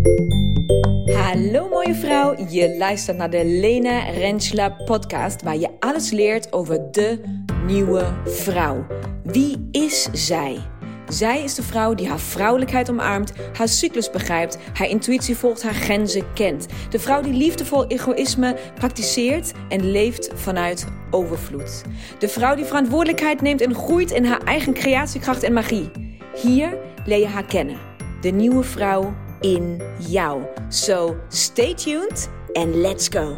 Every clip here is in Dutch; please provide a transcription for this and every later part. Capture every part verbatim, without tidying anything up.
Hallo mooie vrouw, je luistert naar de Lena Rentschler podcast waar je alles leert over de nieuwe vrouw. Wie is zij? Zij is de vrouw die haar vrouwelijkheid omarmt, haar cyclus begrijpt, haar intuïtie volgt, haar grenzen kent. De vrouw die liefdevol egoïsme praktiseert en leeft vanuit overvloed. De vrouw die verantwoordelijkheid neemt en groeit in haar eigen creatiekracht en magie. Hier leer je haar kennen. De nieuwe vrouw in jou. So stay tuned and let's go.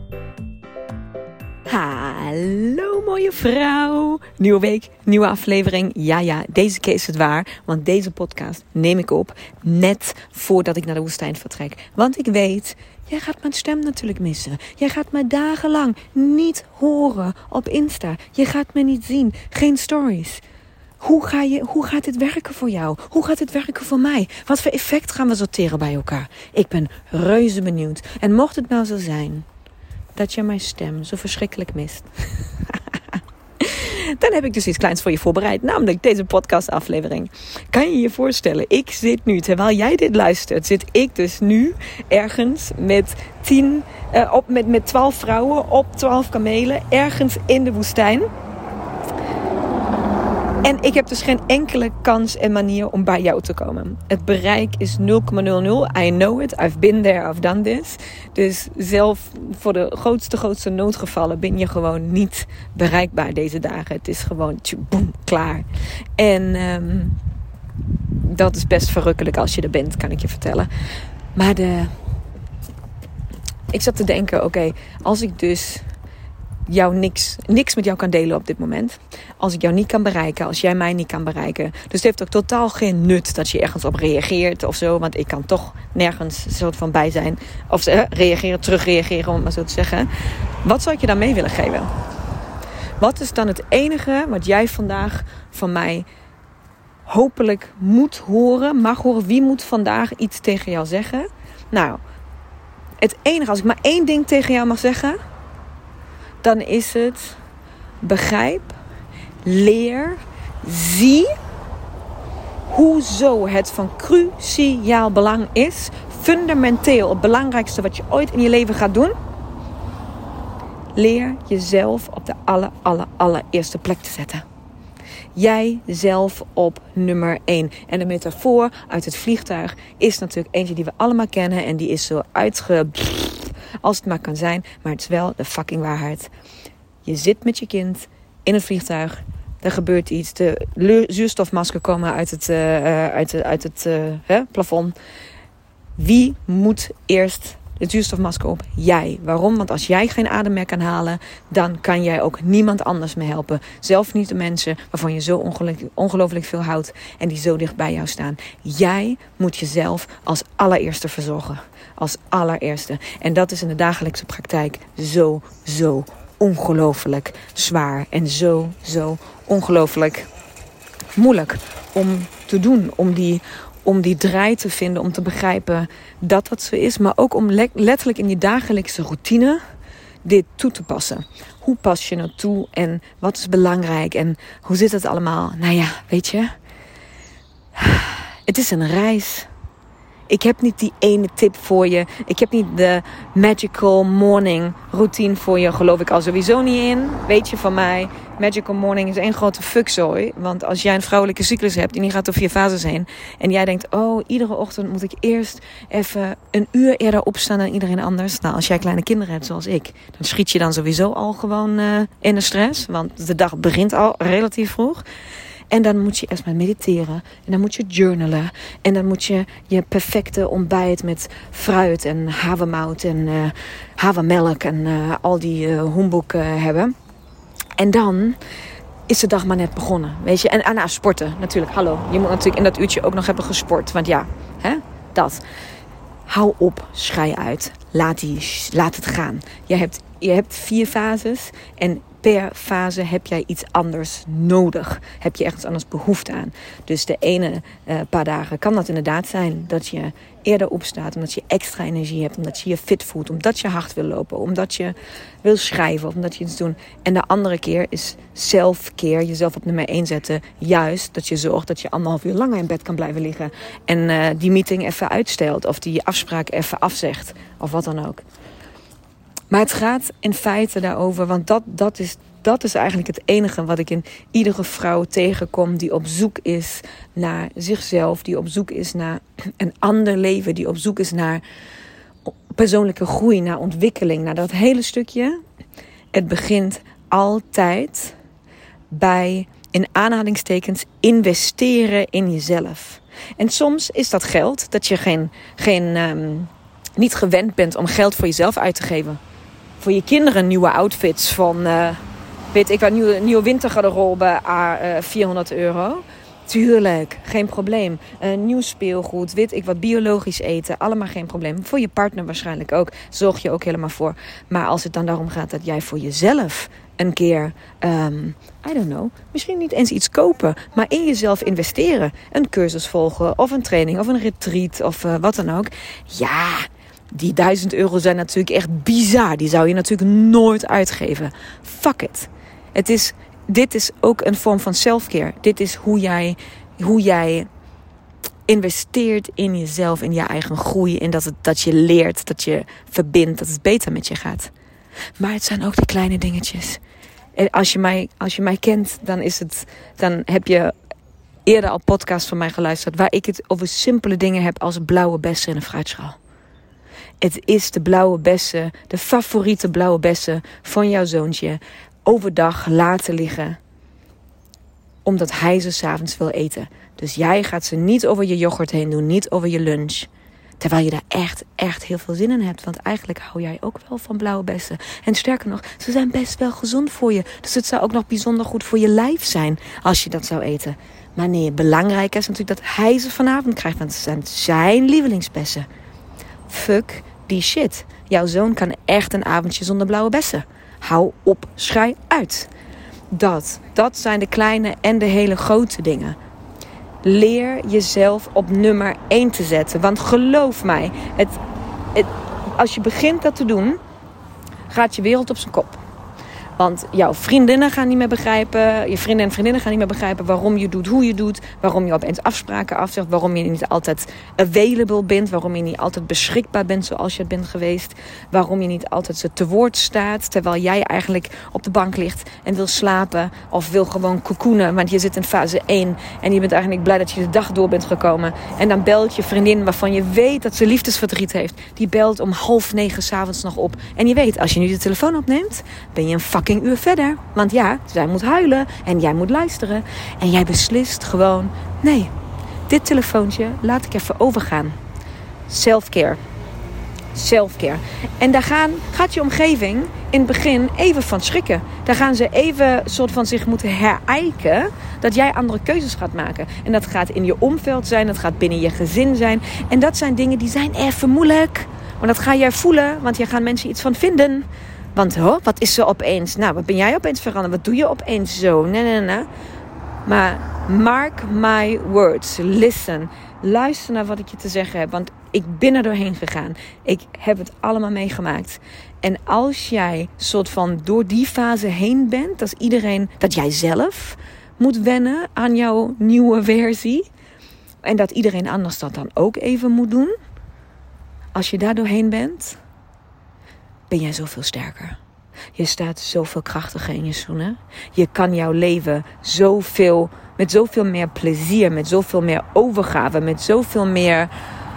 Hallo mooie vrouw. Nieuwe week, nieuwe aflevering. Ja ja, deze keer is het waar. Want deze podcast neem ik op net voordat ik naar de woestijn vertrek. Want ik weet, jij gaat mijn stem natuurlijk missen. Jij gaat me dagenlang niet horen op Insta. Je gaat me niet zien. Geen stories. Hoe, ga je, hoe gaat dit werken voor jou? Hoe gaat dit werken voor mij? Wat voor effect gaan we sorteren bij elkaar? Ik ben reuze benieuwd. En mocht het nou zo zijn dat je mijn stem zo verschrikkelijk mist, dan heb ik dus iets kleins voor je voorbereid. Namelijk deze podcastaflevering. Kan je je voorstellen, ik zit nu, terwijl jij dit luistert, zit ik dus nu ergens met tien, uh, op, met, met twaalf vrouwen op twaalf kamelen, ergens in de woestijn. En ik heb dus geen enkele kans en manier om bij jou te komen. Het bereik is nul komma nul nul. I know it. I've been there. I've done this. Dus zelf voor de grootste, grootste noodgevallen ben je gewoon niet bereikbaar deze dagen. Het is gewoon boem, klaar. En um, dat is best verrukkelijk als je er bent, kan ik je vertellen. Maar de... ik zat te denken, oké, okay, als ik dus jou niks, niks met jou kan delen op dit moment. Als ik jou niet kan bereiken. Als jij mij niet kan bereiken. Dus het heeft ook totaal geen nut dat je ergens op reageert of zo. Want ik kan toch nergens soort van bij zijn. Of uh, reageren, terugreageren om het maar zo te zeggen. Wat zou ik je dan mee willen geven? Wat is dan het enige wat jij vandaag van mij hopelijk moet horen, mag horen? Wie moet vandaag iets tegen jou zeggen? Nou, het enige, als ik maar één ding tegen jou mag zeggen, dan is het: begrijp, leer, zie hoezo het van cruciaal belang is, fundamenteel het belangrijkste wat je ooit in je leven gaat doen. Leer jezelf op de aller, aller, allereerste plek te zetten. Jij zelf op nummer één. En de metafoor uit het vliegtuig is natuurlijk eentje die we allemaal kennen. En die is zo uitge... als het maar kan zijn. Maar het is wel de fucking waarheid. Je zit met je kind in het vliegtuig. Er gebeurt iets. De le- zuurstofmasker komen uit het, uh, uit, uh, uit het uh, hè, plafond. Wie moet eerst de zuurstofmasker op? Jij. Waarom? Want als jij geen adem meer kan halen, dan kan jij ook niemand anders meer helpen. Zelf niet de mensen waarvan je zo ongelooflijk, ongelooflijk veel houdt en die zo dicht bij jou staan. Jij moet jezelf als allereerste verzorgen. Als allereerste. En dat is in de dagelijkse praktijk zo, zo ongelooflijk zwaar. En zo, zo ongelooflijk moeilijk om te doen. Om die... Om die draai te vinden, om te begrijpen dat dat zo is. Maar ook om le- letterlijk in je dagelijkse routine dit toe te passen. Hoe pas je nou toe en wat is belangrijk en hoe zit het allemaal? Nou ja, weet je. Het is een reis. Ik heb niet die ene tip voor je. Ik heb niet de magical morning routine voor je. Geloof ik al sowieso niet in. Weet je van mij. Magical morning is één grote fuckzooi. Want als jij een vrouwelijke cyclus hebt en die gaat door vier fases heen. En jij denkt, oh, iedere ochtend moet ik eerst even een uur eerder opstaan dan iedereen anders. Nou, als jij kleine kinderen hebt zoals ik, dan schiet je dan sowieso al gewoon uh, in de stress. Want de dag begint al relatief vroeg. En dan moet je eerst maar mediteren. En dan moet je journalen. En dan moet je je perfecte ontbijt met fruit en havermout en uh, havermelk en uh, al die uh, humboek uh, hebben. En dan is de dag maar net begonnen. Weet je? En ah, nou, sporten natuurlijk. Hallo. Je moet natuurlijk in dat uurtje ook nog hebben gesport. Want ja, hè? Dat. Hou op. Schrei uit. Laat, die, laat het gaan. Je hebt, je hebt vier fases. En per fase heb jij iets anders nodig. Heb je ergens anders behoefte aan. Dus de ene uh, paar dagen kan dat inderdaad zijn dat je eerder opstaat, omdat je extra energie hebt, omdat je je fit voelt, omdat je hard wil lopen, omdat je wil schrijven of omdat je iets doet. En de andere keer is self-care, jezelf op nummer één zetten. Juist dat je zorgt dat je anderhalf uur langer in bed kan blijven liggen en uh, die meeting even uitstelt of die afspraak even afzegt of wat dan ook. Maar het gaat in feite daarover, want dat, dat, is, dat is eigenlijk het enige wat ik in iedere vrouw tegenkom die op zoek is naar zichzelf, die op zoek is naar een ander leven, die op zoek is naar persoonlijke groei, naar ontwikkeling, naar dat hele stukje. Het begint altijd bij, in aanhalingstekens, investeren in jezelf. En soms is dat geld, dat je geen, geen, um, niet gewend bent om geld voor jezelf uit te geven. Voor je kinderen nieuwe outfits van, uh, weet ik wat, nieuwe, nieuwe wintergarderobe à uh, vierhonderd euro. Tuurlijk, geen probleem. Uh, nieuw speelgoed, weet ik wat, biologisch eten, allemaal geen probleem. Voor je partner waarschijnlijk ook, zorg je ook helemaal voor. Maar als het dan daarom gaat dat jij voor jezelf een keer, um, I don't know, misschien niet eens iets kopen, maar in jezelf investeren. Een cursus volgen, of een training, of een retreat, of uh, wat dan ook. Ja, die duizend euro zijn natuurlijk echt bizar. Die zou je natuurlijk nooit uitgeven. Fuck it. Het is, dit is ook een vorm van self-care. Dit is hoe jij, hoe jij investeert in jezelf, in je eigen groei. In dat, het, dat je leert, dat je verbindt, dat het beter met je gaat. Maar het zijn ook de kleine dingetjes. En als je mij, als je mij kent, dan, is het, dan heb je eerder al podcasts van mij geluisterd waar ik het over simpele dingen heb als blauwe bessen in een fruitschaal. Het is de blauwe bessen, de favoriete blauwe bessen van jouw zoontje, overdag laten liggen, omdat hij ze 's avonds wil eten. Dus jij gaat ze niet over je yoghurt heen doen, niet over je lunch. Terwijl je daar echt, echt heel veel zin in hebt. Want eigenlijk hou jij ook wel van blauwe bessen. En sterker nog, ze zijn best wel gezond voor je. Dus het zou ook nog bijzonder goed voor je lijf zijn als je dat zou eten. Maar nee, het belangrijke is natuurlijk dat hij ze vanavond krijgt. Want het zijn zijn lievelingsbessen. Fuck die shit. Jouw zoon kan echt een avondje zonder blauwe bessen. Hou op, schei uit. Dat, dat zijn de kleine en de hele grote dingen. Leer jezelf op nummer één te zetten. Want geloof mij, het, het, als je begint dat te doen, gaat je wereld op zijn kop. Want jouw vriendinnen gaan niet meer begrijpen, je vrienden en vriendinnen gaan niet meer begrijpen waarom je doet, hoe je doet, waarom je opeens afspraken afzegt, waarom je niet altijd available bent, waarom je niet altijd beschikbaar bent zoals je het bent geweest, waarom je niet altijd zo te woord staat, terwijl jij eigenlijk op de bank ligt en wil slapen of wil gewoon cocoonen, want je zit in fase één en je bent eigenlijk blij dat je de dag door bent gekomen. En dan belt je vriendin waarvan je weet dat ze liefdesverdriet heeft, die belt om half negen 's avonds nog op. En je weet, als je nu de telefoon opneemt, ben je een fucking uur verder. Want ja, zij moet huilen en jij moet luisteren. En jij beslist gewoon, nee, dit telefoontje laat ik even overgaan. Self-care. Self-care. En daar gaan, gaat je omgeving in het begin even van schrikken. Daar gaan ze even soort van zich moeten herijken dat jij andere keuzes gaat maken. En dat gaat in je omveld zijn, dat gaat binnen je gezin zijn. En dat zijn dingen die zijn even moeilijk. Maar dat ga jij voelen, want jij gaat mensen iets van vinden. Want oh, wat is er opeens? Nou, wat ben jij opeens veranderd? Wat doe je opeens zo? Nee, nee, nee. Maar mark my words. Listen. Luister naar wat ik je te zeggen heb. Want ik ben er doorheen gegaan. Ik heb het allemaal meegemaakt. En als jij soort van door die fase heen bent, dat iedereen, dat jij zelf moet wennen aan jouw nieuwe versie. En dat iedereen anders dat dan ook even moet doen. Als je daar doorheen bent, ben jij zoveel sterker. Je staat zoveel krachtiger in je schoenen. Je kan jouw leven zoveel, met zoveel meer plezier, met zoveel meer overgave, met zoveel meer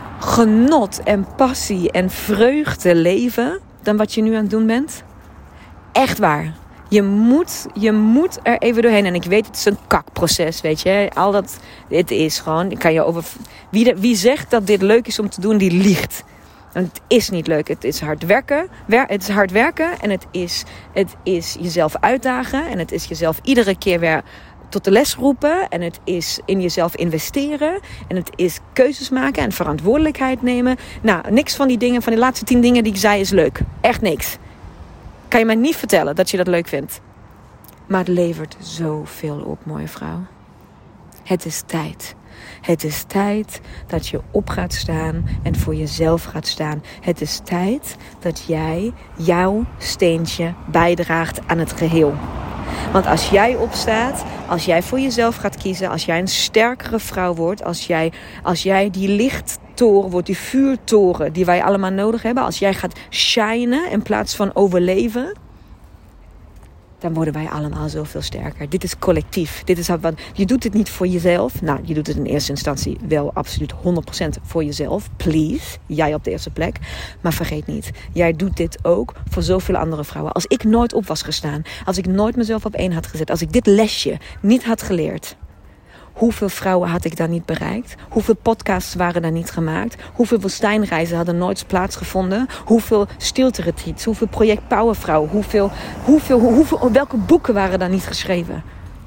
genot en passie en vreugde leven dan wat je nu aan het doen bent. Echt waar. Je moet, je moet er even doorheen. En ik weet, het is een kakproces, weet je. Al dat, het is gewoon, ik kan je over, wie, de, wie zegt dat dit leuk is om te doen, die liegt. En het is niet leuk. Het is hard werken. Het is hard werken. En het is, het is jezelf uitdagen. En het is jezelf iedere keer weer tot de les roepen. En het is in jezelf investeren. En het is keuzes maken en verantwoordelijkheid nemen. Nou, niks van die dingen, van die laatste tien dingen die ik zei is leuk. Echt niks. Kan je mij niet vertellen dat je dat leuk vindt. Maar het levert zoveel op, mooie vrouw. Het is tijd. Het is tijd dat je op gaat staan en voor jezelf gaat staan. Het is tijd dat jij jouw steentje bijdraagt aan het geheel. Want als jij opstaat, als jij voor jezelf gaat kiezen, als jij een sterkere vrouw wordt, als jij, als jij die lichttoren wordt, die vuurtoren die wij allemaal nodig hebben, als jij gaat shinen in plaats van overleven, dan worden wij allemaal zoveel sterker. Dit is collectief. Dit is wat, je doet het niet voor jezelf. Nou, je doet het in eerste instantie wel absoluut honderd procent voor jezelf. Please. Jij op de eerste plek. Maar vergeet niet. Jij doet dit ook voor zoveel andere vrouwen. Als ik nooit op was gestaan. Als ik nooit mezelf op één had gezet. Als ik dit lesje niet had geleerd. Hoeveel vrouwen had ik daar niet bereikt? Hoeveel podcasts waren daar niet gemaakt? Hoeveel woestijnreizen hadden nooit plaatsgevonden? Hoeveel stilte-retreats? Hoeveel project Powervrouw? Hoeveel, hoeveel, hoeveel, welke boeken waren daar niet geschreven?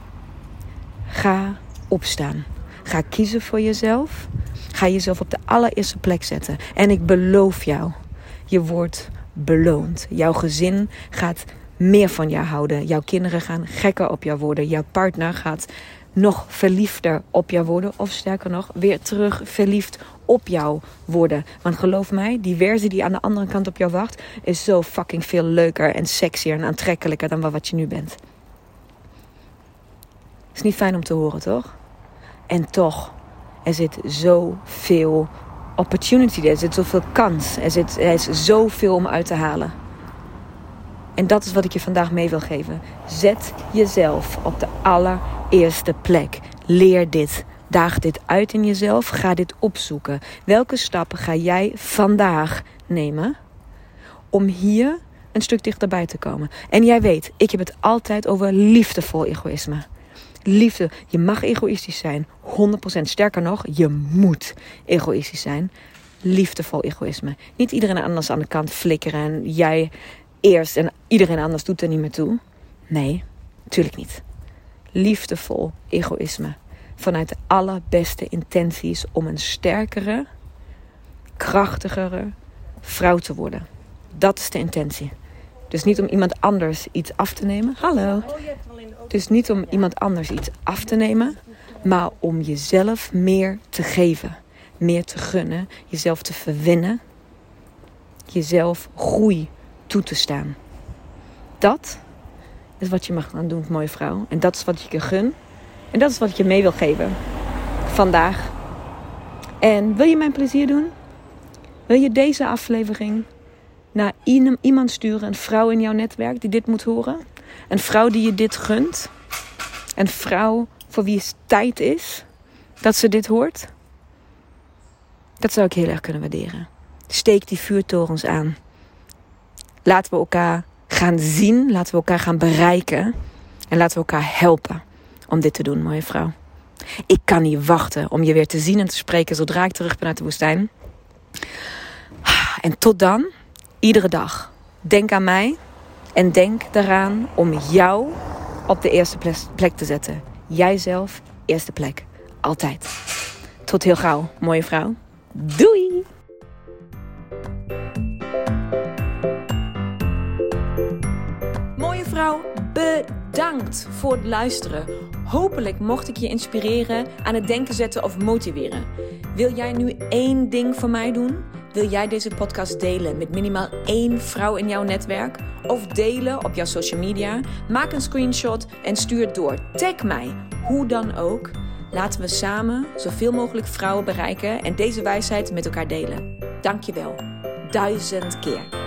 Ga opstaan. Ga kiezen voor jezelf. Ga jezelf op de allereerste plek zetten. En ik beloof jou, je wordt beloond. Jouw gezin gaat meer van jou houden. Jouw kinderen gaan gekker op jou worden. Jouw partner gaat nog verliefder op jou worden. Of sterker nog, weer terug verliefd op jou worden. Want geloof mij, die versie die aan de andere kant op jou wacht, is zo fucking veel leuker en sexier en aantrekkelijker dan wat je nu bent. Is niet fijn om te horen, toch? En toch, er zit zoveel opportunity, er zit zoveel kans. Er, zit, er is zoveel om uit te halen. En dat is wat ik je vandaag mee wil geven. Zet jezelf op de allereerste plek. Leer dit. Daag dit uit in jezelf. Ga dit opzoeken. Welke stappen ga jij vandaag nemen om hier een stuk dichterbij te komen? En jij weet, ik heb het altijd over liefdevol egoïsme. Liefde, je mag egoïstisch zijn. honderd procent. Sterker nog, je moet egoïstisch zijn. Liefdevol egoïsme. Niet iedereen anders aan de kant flikkeren en jij eerst en iedereen anders doet er niet meer toe. Nee, natuurlijk niet. Liefdevol egoïsme. Vanuit de allerbeste intenties om een sterkere, krachtigere vrouw te worden. Dat is de intentie. Dus niet om iemand anders iets af te nemen. Hallo. Dus niet om iemand anders iets af te nemen, maar om jezelf meer te geven. Meer te gunnen. Jezelf te verwinnen. Jezelf groei toe te staan. Dat is wat je mag gaan doen, mooie vrouw. En dat is wat ik je gun. En dat is wat ik je mee wil geven. Vandaag. En wil je mijn plezier doen? Wil je deze aflevering naar iemand sturen? Een vrouw in jouw netwerk die dit moet horen? Een vrouw die je dit gunt? Een vrouw voor wie het tijd is dat ze dit hoort? Dat zou ik heel erg kunnen waarderen. Steek die vuurtorens aan. Laten we elkaar gaan zien. Laten we elkaar gaan bereiken. En laten we elkaar helpen om dit te doen, mooie vrouw. Ik kan niet wachten om je weer te zien en te spreken zodra ik terug ben uit de woestijn. En tot dan, iedere dag, denk aan mij. En denk daaraan om jou op de eerste plek te zetten. Jijzelf, eerste plek. Altijd. Tot heel gauw, mooie vrouw. Doei! Mooie vrouw, bedankt voor het luisteren. Hopelijk mocht ik je inspireren, aan het denken zetten of motiveren. Wil jij nu één ding voor mij doen? Wil jij deze podcast delen met minimaal één vrouw in jouw netwerk? Of delen op jouw social media? Maak een screenshot en stuur het door. Tag mij, hoe dan ook. Laten we samen zoveel mogelijk vrouwen bereiken en deze wijsheid met elkaar delen. Dankjewel. Duizend keer.